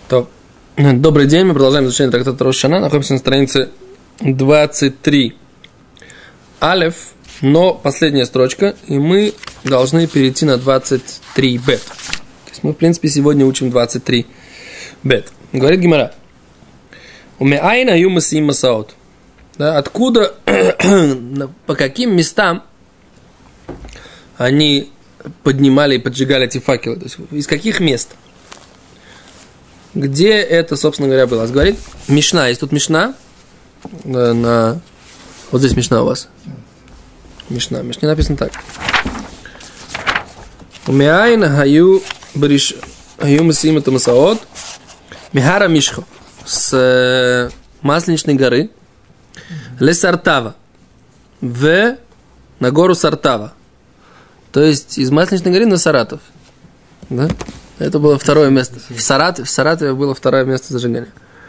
То. Добрый день, мы продолжаем изучение трактата Рош ха-Шана. Находимся на странице 23 алеф, но последняя строчка, и мы должны перейти на 23 бет. То есть мы, в принципе, сегодня учим 23 бет. Говорит Гемара. Умеайна юмасим масаот. Откуда, по каким местам они поднимали и поджигали эти факелы? То есть из каких мест? Где это, собственно говоря, было? Говорит Мишна. Есть тут Мишна. Вот здесь Мишна у вас. Мишна. В Мишне написано так. Умеайн хаю масим это масаот. Михара Мишхо. С Масленичной горы. Ле Сартава. На гору Сартава. То есть из Масленичной горы на Саратов. Да? Это было второе место. В Саратове было второе место зажигания.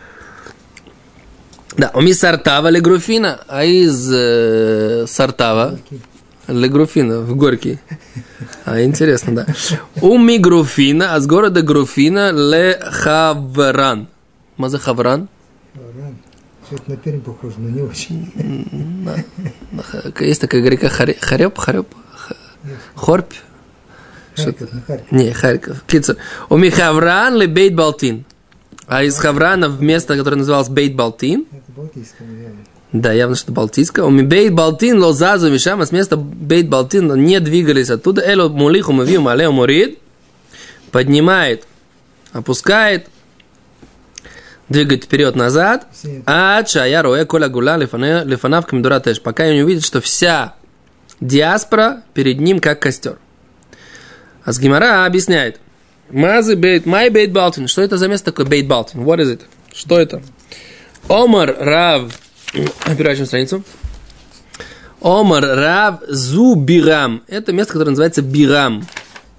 Да, у меня Сартава ле Груфина, а из Сартава ле Груфина, в Горький. Интересно, да. У ми Груфина, а с города Груфина ле Хавран. Маза Хавран? Что-то на Пермь похоже, но не очень. Есть такая река Хорёб? Хорб? Харьков. Не, Харьков. Кицер. У Михавран ли Бейт Балтин. А из Хаврана в место, которое называлось Бейт Балтин. Это Балтийское, наверное. Да, явно, что Балтийское. У Бейт Балтин лозазу мишам, а с места Бейт Балтин не двигались оттуда. Эло мулиху мавиу малеу мурид. Поднимает, опускает, двигает вперед-назад. А чая роэ коля гула лифанав камедуратеш. Пока не увидит, что вся диаспора перед ним как костер. А с Гемара объясняет. Май бейт Балтин. Что это за место такое бейт Балтин? What is it? Что это? Омар Рав. Переворачиваем страницу. Омар Рав Зу Бирам. Это место, которое называется Бирам.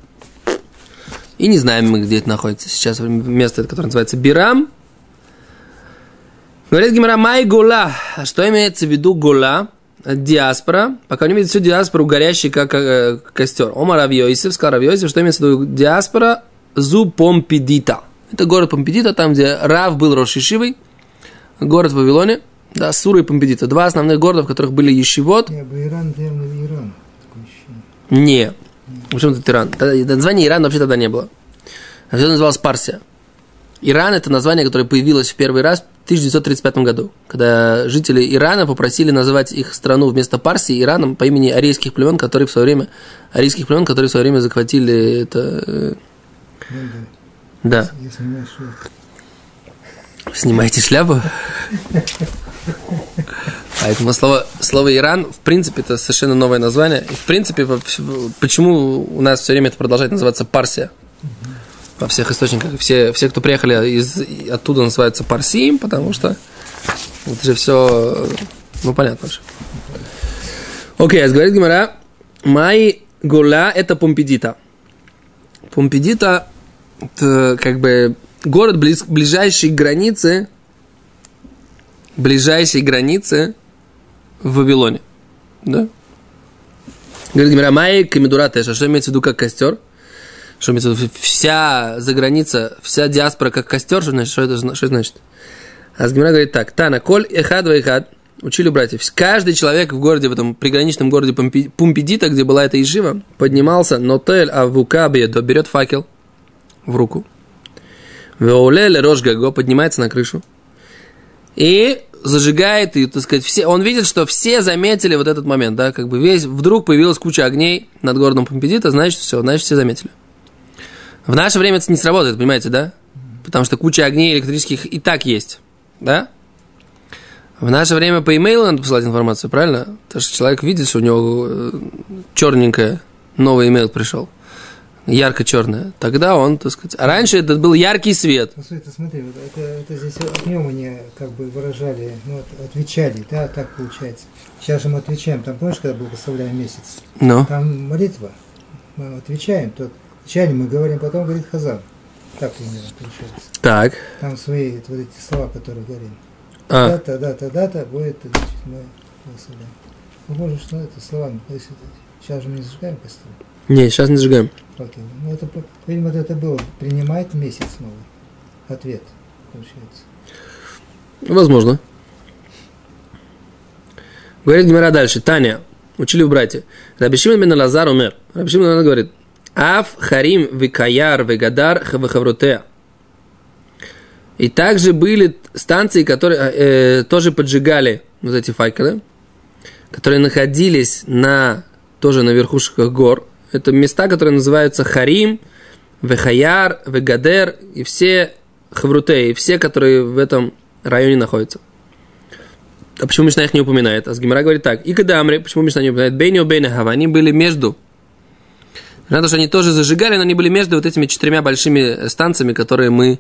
И не знаем мы, где это находится. Сейчас место, которое называется Бирам. Говорит Гемара Май Гола. А что имеется в виду Гола? Диаспора, пока не видит всю диаспору, горящий как костер. Омар Рав Йосеф, сказал Рав Йосеф, что имеется в виду диаспора Зу Помпидита. Это город Помпидита, там, где Рав был Рош Ешивой, город в Вавилоне, да, Сура и Помпидита. Два основных города, в которых были ешивот. Иран, наверное, Иран. Не. Почему тут Иран? Названия Ирана вообще тогда не было. Все называлось Парсия. Иран – это название, которое появилось в первый раз в 1935 году, когда жители Ирана попросили называть их страну вместо Парсии Ираном по имени арийских племен, которые в свое время захватили это. Да. Я снимаю шляпу. Снимайте шляпу. Поэтому слово Иран, в принципе, это совершенно новое название. И в принципе, почему у нас все время это продолжает называться Парсия? Во всех источниках. Все, кто приехали оттуда, называются Парсием, потому что это же все, понятно же. Окей, говорит Гемара, Май Гола – это Помпидита. Помпидита – это как бы город ближайшей границы в Вавилоне. Да? Говорит Гемара, Май Камедуратеш. А что имеется в виду как костер? Что имеется в виду? Вся заграница, вся диаспора как костер, что это значит? А Гемара говорит так. Тана, коль эхад ваэхад, учили братьев. Каждый человек в городе, в этом приграничном городе Помпидита, где была эта ешива, поднимался, нотель авука бедо, берет факел в руку. Веолеле рош гаго, поднимается на крышу. И зажигает, и, так сказать, он видит, что все заметили вот этот момент, да, как бы вдруг появилась куча огней над городом Помпидита, значит, все заметили. В наше время это не сработает, понимаете, да? Потому что куча огней электрических и так есть, да? В наше время по имейлу надо посылать информацию, правильно? Потому что человек видит, что у него черненькое, новый имейл пришел, ярко-черное. Тогда он, так сказать... А раньше это был яркий свет. Смотри, вот это здесь огнем они как бы выражали, отвечали, да, так получается. Сейчас же мы отвечаем, там, помнишь, когда благословляем месяц? Там молитва, мы отвечаем, вначале мы говорим, потом говорит Хазан. Так примерно получается. Так. Там свои вот эти слова, которые говорим. Дата, будет, значит, мы благословляем. Можешь, это словами. Сейчас же мы не зажигаем костер. Не, сейчас не зажигаем. Это, видимо, это было принимает месяц новый. ответ, получается. Возможно. Говорит Гемара дальше. Таня, учили в братья. Раби Шимон бен Элазар умер. Раби Шимон говорит: Аф харим викаяр вегадар хаврутеа. И также были станции, которые тоже поджигали вот эти факелы, которые находились тоже на верхушках гор. Это места, которые называются Харим, Вехаяр, Вегадер и все Хаврутеи, и все, которые в этом районе находятся. А почему Мишна их не упоминает? А с Гемара говорит так. И Кадамри, почему Мишна не упоминает? Бейни Бейни Хава, они были между. Надо, что они тоже зажигали, но они были между вот этими 4 большими станциями, которые мы...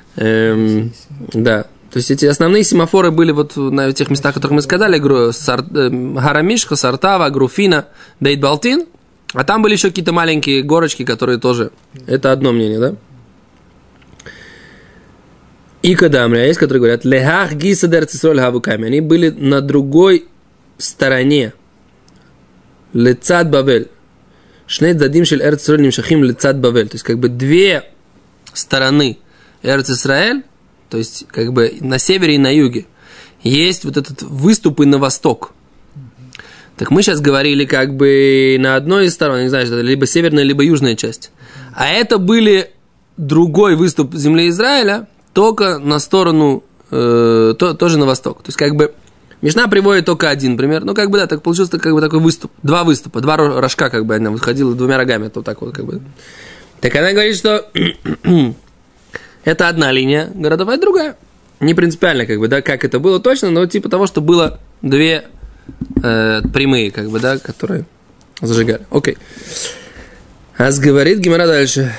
да. То есть эти основные семафоры были вот на тех местах, которых мы сказали. Харамишха, Сартава, Груфина, Бейт-Балтин. А там были еще какие-то маленькие горочки, которые тоже... Это одно мнение, да? И Кадамри, а есть, которые говорят, Лехах Гисадер Цисроль Хавуками. Они были на другой стороне. Лецад Бавель. Шнейт Задим Шель Эрц Исраэль Нимшахим Лецад Бавель. То есть, как бы 2 стороны Эрц Исраэль, то есть, как бы на севере и на юге, есть вот этот выступ и на восток. Так мы сейчас говорили как бы на одной из сторон, не знаю, что это либо северная, либо южная часть. А это были другой выступ земли Израиля, только на сторону, тоже на восток. То есть, как бы, Мишна приводит только один пример. Ну, как бы, да, так получился как бы такой выступ. 2 выступа, 2 рожка, как бы, она выходила 2 рогами. Это вот так вот, как бы. Так она говорит, что это одна линия городов, а это другая. Не принципиально, как бы, да, как это было точно, но типа того, что было 2 прямые, как бы, да, которые зажигали. Окей. А говорит Гемара дальше.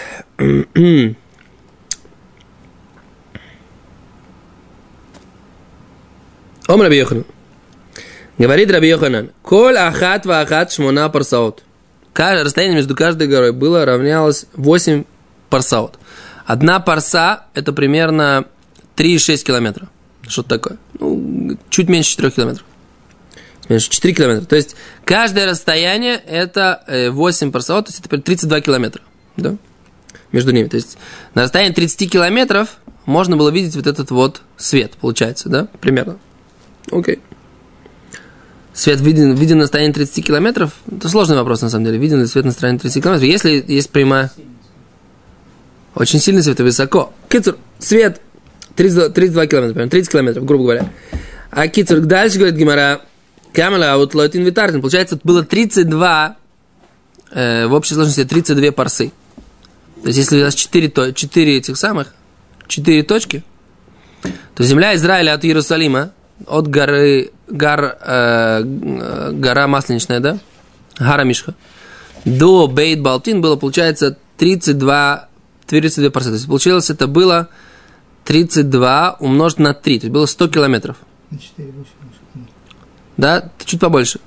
Ом Раби Йоханан. Говорит Раби Йоханан. Коль ахат ва ахат шмона парсаот. Расстояние между каждой горой было равнялось 8 парсаот. 1 парса – это примерно 3,6 километра. Что-то такое. Ну, чуть меньше 4 километров. Меньше 4 километра. То есть, каждое расстояние – это 8 парсаот, то есть, это 32 километра. Да? Между ними. То есть, на расстоянии 30 километров можно было видеть вот этот вот свет, получается, да? Примерно. Окей. Свет виден на расстоянии 30 километров? Это сложный вопрос, на самом деле. Виден ли свет на расстоянии 30 километров? Если есть прямая... Очень сильный свет и высоко. Кицур, свет 32 километра, 30 километров, грубо говоря. А Кицур, дальше говорит Гемара, Камала, вот Лойтин Витартин. Получается, было 32, в общей сложности 32 парсы. То есть, если у нас 4 этих самых, 4 точки, то земля Израиля от Иерусалима, от гора Масленичная, да? Гора Мишха, до Бейт-Балтин было, получается, 32 парсы. То есть, получилось, это было 32 умножить на 3. То есть, было 100 километров. На 4 больше. Да? Чуть побольше.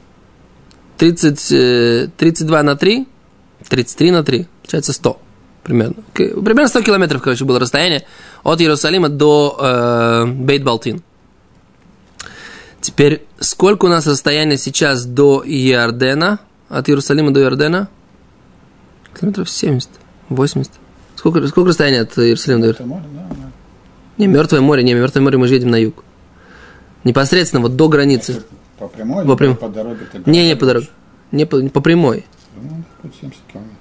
32 на 3. 33 на 3. Получается 100. Примерно. Примерно 100 километров, короче, было расстояние от Иерусалима до Бейт-Балтин. Теперь, сколько у нас расстояние сейчас до Иордена? От Иерусалима до Иордена? Километров 70, 80. Сколько расстояние от Иерусалима до Иордена? Не, Мертвое море. Не, Мертвое море мы же едем на юг. Непосредственно вот до границы. По прямой по или по дороге? Не по дороге. Не по прямой. Ну, 70 километров.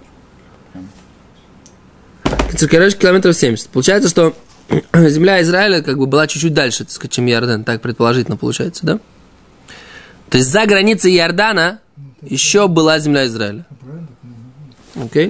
Короче, километров 70. Получается, что земля Израиля как бы была чуть-чуть дальше, так сказать, чем Иордан. Так предположительно получается, да? То есть за границей Иордана еще была земля Израиля. Окей?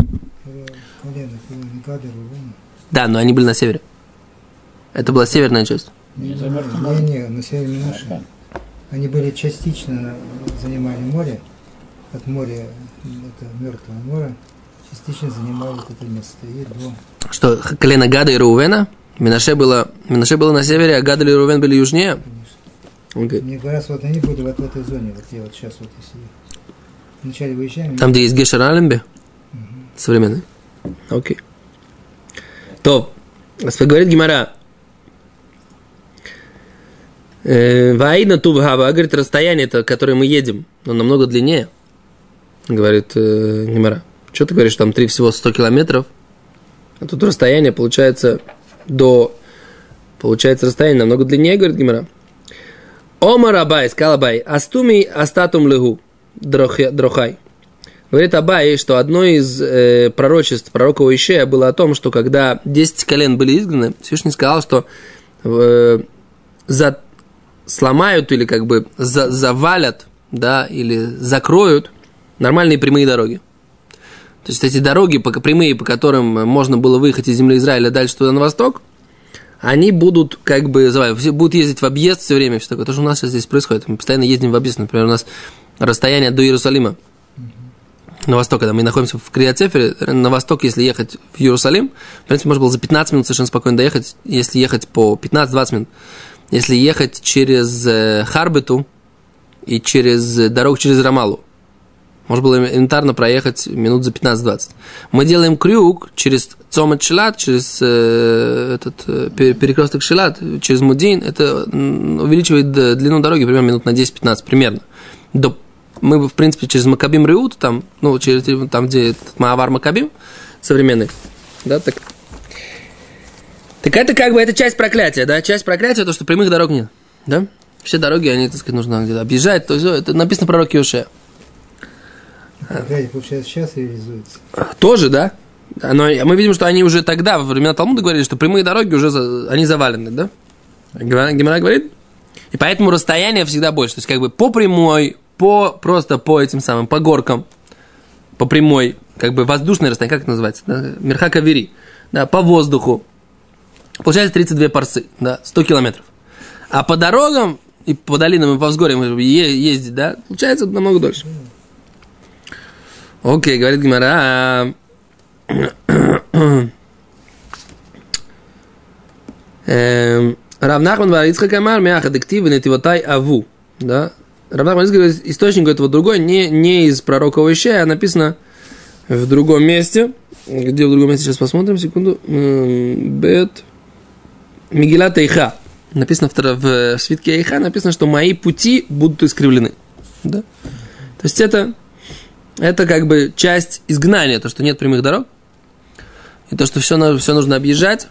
Да, но они были на севере. Это была северная часть. Не, на севере Минаши. Они были частично занимали море. От моря, это Мертвое море, частично занимали это место. И что, колено Гада и Реувена? Минаше было на севере, а Гад и Реувен были южнее? Okay. Мне кажется, вот они были вот в этой зоне. Вот я вот сейчас вот если вначале выезжаем. Там, где есть Гешер Алембе? Современный. Окей. То, говорит Гемара. Ваидна Тувхава, говорит, расстояние, которое мы едем, но намного длиннее, говорит Гемара. Что ты говоришь, там всего 100 километров, а тут расстояние получается до Получается, расстояние намного длиннее, говорит Гемара. Омар Абай, сказал Абай, астуми астатум легу дрохай. Говорит Абай, что одно из пророчеств пророка Ишея было о том, что когда 10 колен были изгнаны, Всевышний сказал, что сломают или как бы завалят, да, или закроют нормальные прямые дороги. То есть эти дороги прямые, по которым можно было выехать из земли Израиля дальше туда на восток, они будут как бы будут ездить в объезд все время, все такое. То, что у нас сейчас здесь происходит. Мы постоянно ездим в объезд. Например, у нас расстояние до Иерусалима на восток, когда мы находимся в Криат-Сефере, на восток, если ехать в Иерусалим, в принципе, можно было за 15 минут совершенно спокойно доехать, если ехать по 15-20 минут. Если ехать через Харбету и через дорогу через Рамалу, можно было элементарно проехать минут за 15-20. Мы делаем крюк через Цомет Шилат, через перекресток Шилат, через Мудин. Это увеличивает длину дороги примерно минут на 10-15 примерно. Мы, в принципе, через Макабим Реут, там, где Маавар Макабим современный, да, так это как бы это часть проклятия, да, часть проклятия, то, что прямых дорог нет, да. Все дороги, они, так сказать, нужно где-то объезжать, то есть это написано в пророке Иошея. Получается, сейчас реализуется. Тоже, да. Но мы видим, что они уже тогда, во времена Талмуда, говорили, что прямые дороги уже они завалены, да. Гемара говорит, и поэтому расстояние всегда больше, то есть как бы по прямой, просто по этим самым, по горкам, по прямой, как бы воздушное расстояние, как это называется, да? Мерхак авери, да, по воздуху, получается 32 парсы, да, 100 километров. А по дорогам и по долинам и по взгорьям ездить, да, получается намного дольше. Окей, говорит Гемара. Рав Нахман бар Ицхак амар мяха дектив нетивотай аву, да. Рав Нахман говорит, источник этого другой, не из пророка Ишея, а написано в другом месте. Где в другом месте? Сейчас посмотрим, секунду. Бет Мегилат Эйха. Написано в свитке Эйха, написано, что мои пути будут искривлены. Да? То есть это как бы часть изгнания, то, что нет прямых дорог. И то, что все нужно объезжать.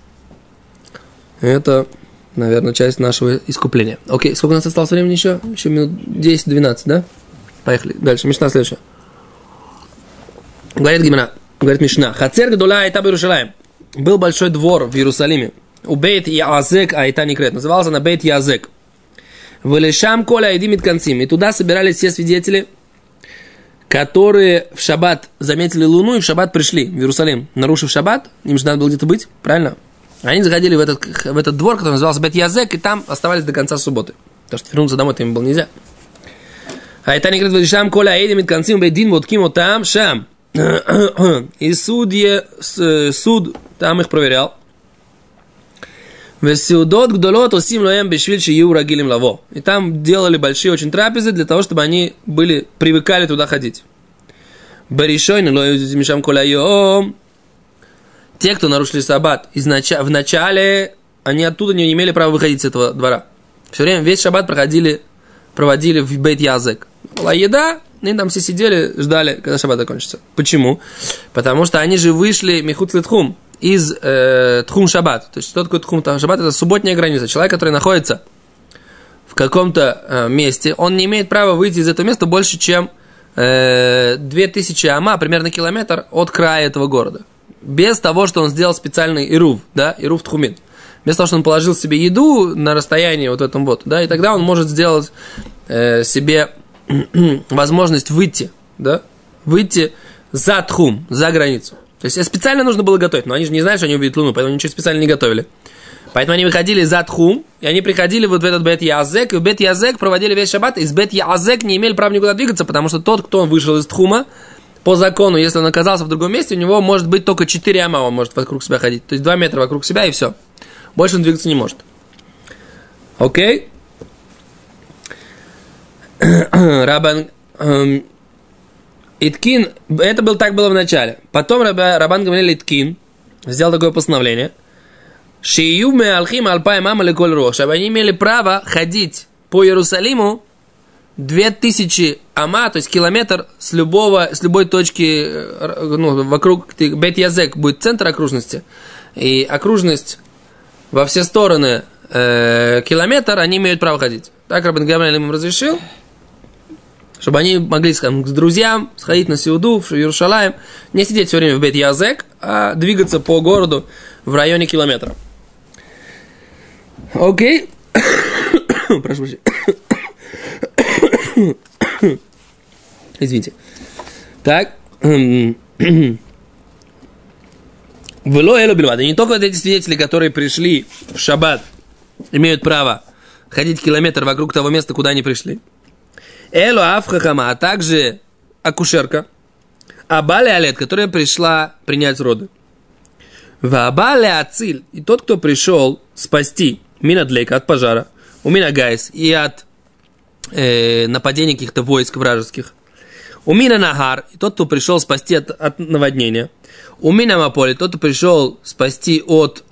Это, наверное, часть нашего искупления. Окей, сколько у нас осталось времени еще? Еще минут 10-12, да? Поехали. Дальше. Мишна следующая. Говорит Мишна. Хацер Гдула Айта Б'Ерушалаим. Был большой двор в Иерусалиме. У Бейт Яазек Айта Никрет. Назывался она Бейт Яазек. Вылешам Коля Айдимит Концим. И туда собирались все свидетели, которые в шаббат заметили луну и в шаббат пришли в Иерусалим, нарушив шаббат. Им же надо было где-то быть, правильно? Они заходили в этот двор, который назывался Бейт Яазек, и там оставались до конца субботы. Потому что вернуться домой им было нельзя. Айта Никрет Вылешам Коля Айдимит Концим Бейдин Водким там Шам. И суд там их проверял. И там делали большие очень трапезы для того, чтобы они привыкали туда ходить. Те, кто нарушили шаббат в начале, они оттуда не имели права выходить с этого двора. Все время весь шаббат проводили в Бейт Яазек. Была еда, и там все сидели, ждали, когда шаббат закончится. Почему? Потому что они же вышли михут литхум из тхум шаббат. То есть, что такое тхум шаббат? Это субботняя граница. Человек, который находится в каком-то месте, он не имеет права выйти из этого места больше, чем 2000 ама, примерно километр от края этого города. Без того, что он сделал специальный ирув, да, ирув тхумин. Без того, что он положил себе еду на расстоянии вот этом вот, да, и тогда он может сделать себе возможность выйти, да, выйти за тхум, за границу. То есть специально нужно было готовить, но они же не знали, что они увидят луну, поэтому ничего специально не готовили. Поэтому они выходили за тхум, и они приходили вот в этот Бейт Яазек, и в Бейт Яазек проводили весь шаббат, и из Бейт Яазек не имели права никуда двигаться, потому что тот, кто вышел из тхума, по закону, если он оказался в другом месте, у него может быть только 4 ама, он может вокруг себя ходить. То есть 2 метра вокруг себя, и все. Больше он двигаться не может. Окей? Рабан Иткин, это так было в начале. Потом Рабан Гамлиэль Иткин сделал такое постановление. Шию меалхим алпаем ама леколь рух. Чтобы они имели право ходить по Иерусалиму 2000 ама, то есть километр с любой точки, ну, вокруг Бейт Яазек будет центр окружности. И окружность во все стороны километр, они имеют право ходить. Так Рабан Гамлиэль им разрешил, чтобы они могли с друзьям сходить на Сеуду, в Иерусалим, не сидеть все время в Бейт-Язек, а двигаться по городу в районе километра. Окей. Прошу прощения. Извините. Так. Вело эло бельвад. И не только вот эти свидетели, которые пришли в шаббат, имеют право ходить километр вокруг того места, куда они пришли. Эло афхахама, а также акушерка. Абале алет, которая пришла принять роды. Вабале ациль. И тот, кто пришел спасти минадлейка от пожара, у минагайс и от нападения каких-то войск вражеских. У мина нагар. И тот, кто пришел спасти от наводнения. У меня маполи, тот, кто пришел спасти от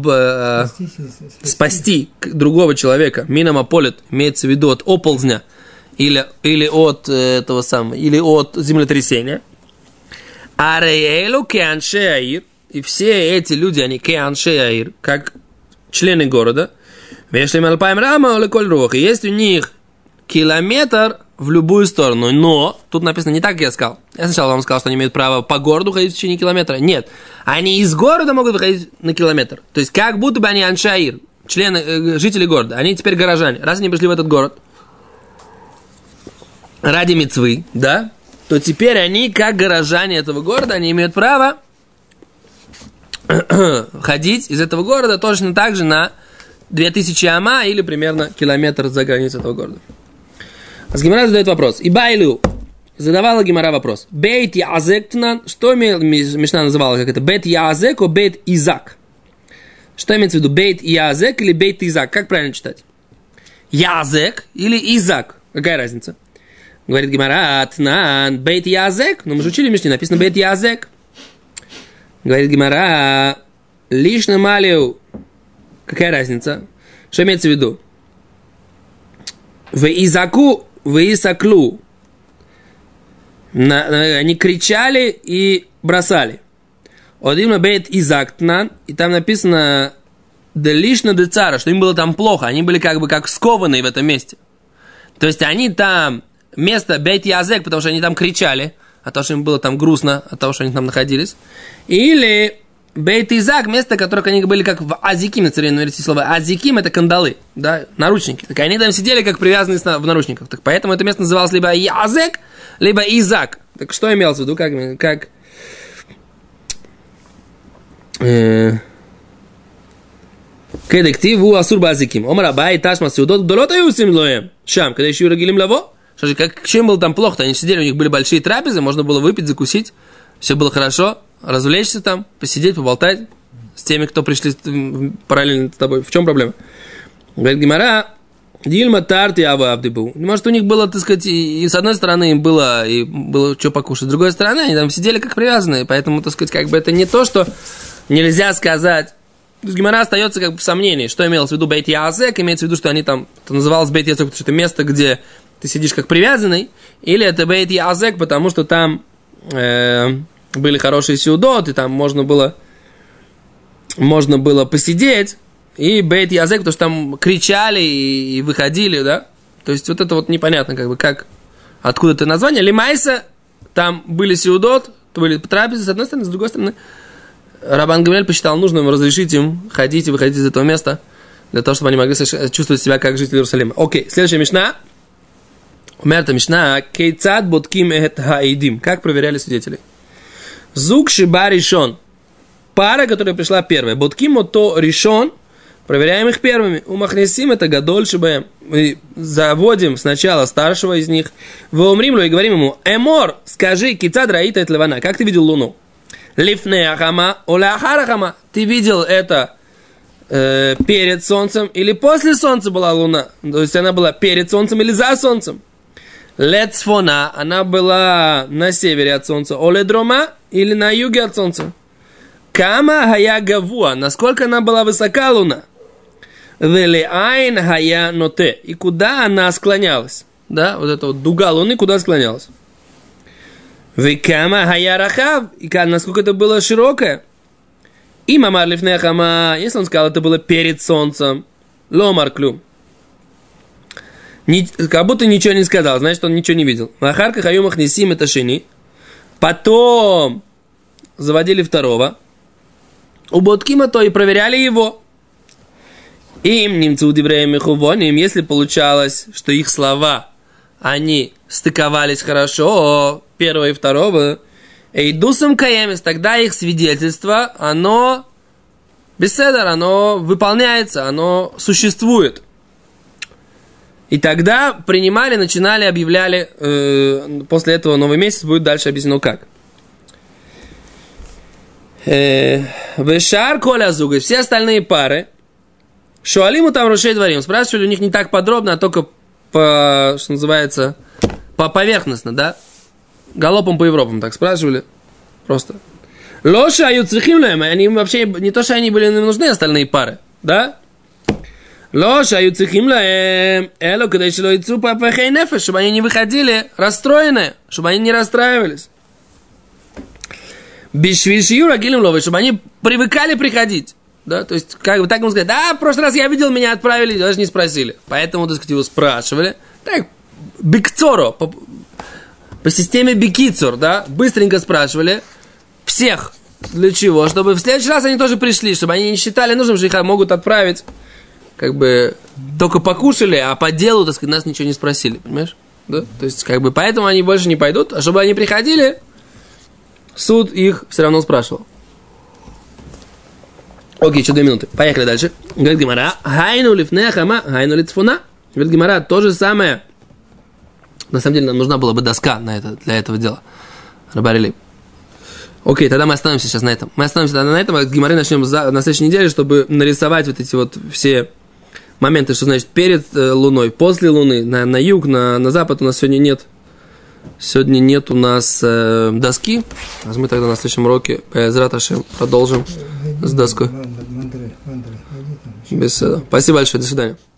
спасти другого человека, мина маполит, имеется в виду от оползня или от этого самого, или от землетрясения. Ареэлу кеаншеаир, и все эти люди, они кеаншеаир, как члены города. Вешли малпаем рама или коль рух, и есть у них километр в любую сторону, но тут написано не так, как я сказал. Я сначала вам сказал, что они имеют право по городу ходить в течение километра. Нет, они из города могут выходить на километр. То есть, как будто бы они аншаир, члены, жители города. Они теперь горожане. Раз они пришли в этот город ради мицвы, да, то теперь они, как горожане этого города, они имеют право ходить из этого города точно так же на 2000 ама или примерно километр за границей этого города. Гемара задает вопрос. Ибайлю. Задавала Гемара вопрос. Бейт Язек Тнан. Что Мишна называла как это? Бейт Язек о Бейт Изак? Что имеется в виду? Бейт Язек или Бейт Изак? Как правильно читать? Язек или Изак? Какая разница? Говорит Гемара. Тнан. Бейт Язек. Но мы же учили в Мишне. Написано Бейт Язек. Говорит Гемара. Лишна малю. Какая разница? Что имеется в виду? В Изаку, в Исаклу. Они кричали и бросали. Один бейт Изактнан, и там написано Делишна де цара, что им было там плохо. Они были как бы как скованные в этом месте. То есть они там, место Бейт Язек, потому что они там кричали, от того, что им было там грустно, от того, что они там находились. Или Бейт Изак, место, в которых они были как в Азиким, на современном языке слово Азиким, это кандалы, да, наручники. Так они там сидели как привязанные в наручниках. Так поэтому это место называлось либо Язек, либо Изак. Так что имелось в виду? Как Кедективу Асурба Азиким. Омарабай Ташма Сюдот Долота Юсим Лоем. Шам, когда еще Рагилим Лаво. Что же, чем было там плохо-то? Они сидели, у них были большие трапезы, можно было выпить, закусить. Все было хорошо. Развлечься там, посидеть, поболтать с теми, кто пришли параллельно с тобой. В чем проблема? Говорит Гемара, Дильма тарти аба абдибу. Может, у них было, так сказать, и с одной стороны им было что покушать, с другой стороны они там сидели как привязанные, поэтому, так сказать, как бы это не то, что нельзя сказать. Гемара остается как бы в сомнении, что имелось в виду Бейт Язек, имеется в виду, что они там, это называлось Бейт Язек, потому что это место, где ты сидишь как привязанный, или это Бейт Язек, потому что там были хорошие сеудот, и там можно было посидеть, и Бейт Язек, потому что там кричали и выходили, да, то есть вот это вот непонятно, как бы, откуда это название. Лимайса, там были сеудот, были трапезы, с одной стороны, с другой стороны, Рабан Гамлиэль посчитал нужным разрешить им ходить и выходить из этого места, для того, чтобы они могли чувствовать себя как жители Иерусалима. Окей, следующая мишна. Умерта мишна. Кейцад ботким эт хаидим. Как проверяли свидетелей? Зук шиба решон. Пара, которая пришла первая. Ботким ото решон. Проверяем их первыми. Умахнесим это гадоль шибаем. Мы заводим сначала старшего из них. Воумримлю и говорим ему: Эмор, скажи, кейцад раита эт левана. Как ты видел луну? Лифне ахама, оля ахарахама. Ты видел это перед солнцем или после солнца была луна? То есть она была перед солнцем или за солнцем? Лецфона, она была на севере от солнца. Оле дрома или на юге от солнца? Кама хая гавуа, насколько она была высока луна? Вели айн хая ноте, и куда она склонялась? Да, вот эта вот дуга луны куда склонялась? Векама хая рахав, и насколько это было широкое? И мамар лифней хама, если он сказал, это было перед солнцем, ломар клюм. Как будто ничего не сказал, значит, он ничего не видел. Махарка хаюмах несим это шини. Потом заводили второго. У Боткима то и проверяли его. Им немцы удивляем их увоним, если получалось, что их слова, они стыковались хорошо, первого и второго, эйдусом каемис, тогда их свидетельство, оно беседер, оно выполняется, оно существует. И тогда принимали, начинали, объявляли, после этого новый месяц будет дальше объяснено как. Вешар коля зуга, все остальные пары, шуалиму там рушей дворим, спрашивали у них не так подробно, а только по, что называется, по поверхностно, да? Галопом по Европам так спрашивали. Просто. Лоша аюцехимлем, они вообще, не то, что они были нужны, остальные пары, да? Лоша аюцехимлем, эло, когда еще лоицу папахей нефеш, чтобы они не выходили расстроенные, чтобы они не расстраивались. Бишвишью рагилем ловы, чтобы они привыкали приходить. Да, то есть, как бы так ему сказать, да, в прошлый раз я видел, меня отправили, даже не спросили. Поэтому, так сказать, его спрашивали. Так, бикцоро, по системе бикицор, да, быстренько спрашивали всех. Для чего? Чтобы в следующий раз они тоже пришли, чтобы они не считали нужным, что их могут отправить, как бы, только покушали, а по делу, так сказать, нас ничего не спросили, понимаешь? Да? То есть, как бы, поэтому они больше не пойдут, а чтобы они приходили, суд их все равно спрашивал. Окей, еще 2 минуты. Поехали дальше. Говорит Гемара. Хайну лифнея хама, хайну литфуна. Говорит Гемара, то же самое. На самом деле, нам нужна была бы доска на это, для этого дела. Рабарили. Окей, тогда мы остановимся сейчас на этом. Мы остановимся тогда на этом, а Гемары начнем на следующей неделе, чтобы нарисовать вот эти вот все моменты, что значит перед Луной, после Луны, на юг, на запад у нас сегодня нет. Сегодня нет у нас доски. А мы тогда на следующем уроке Эзрат Ашем продолжим с доской. Без Спасибо большое, до свидания.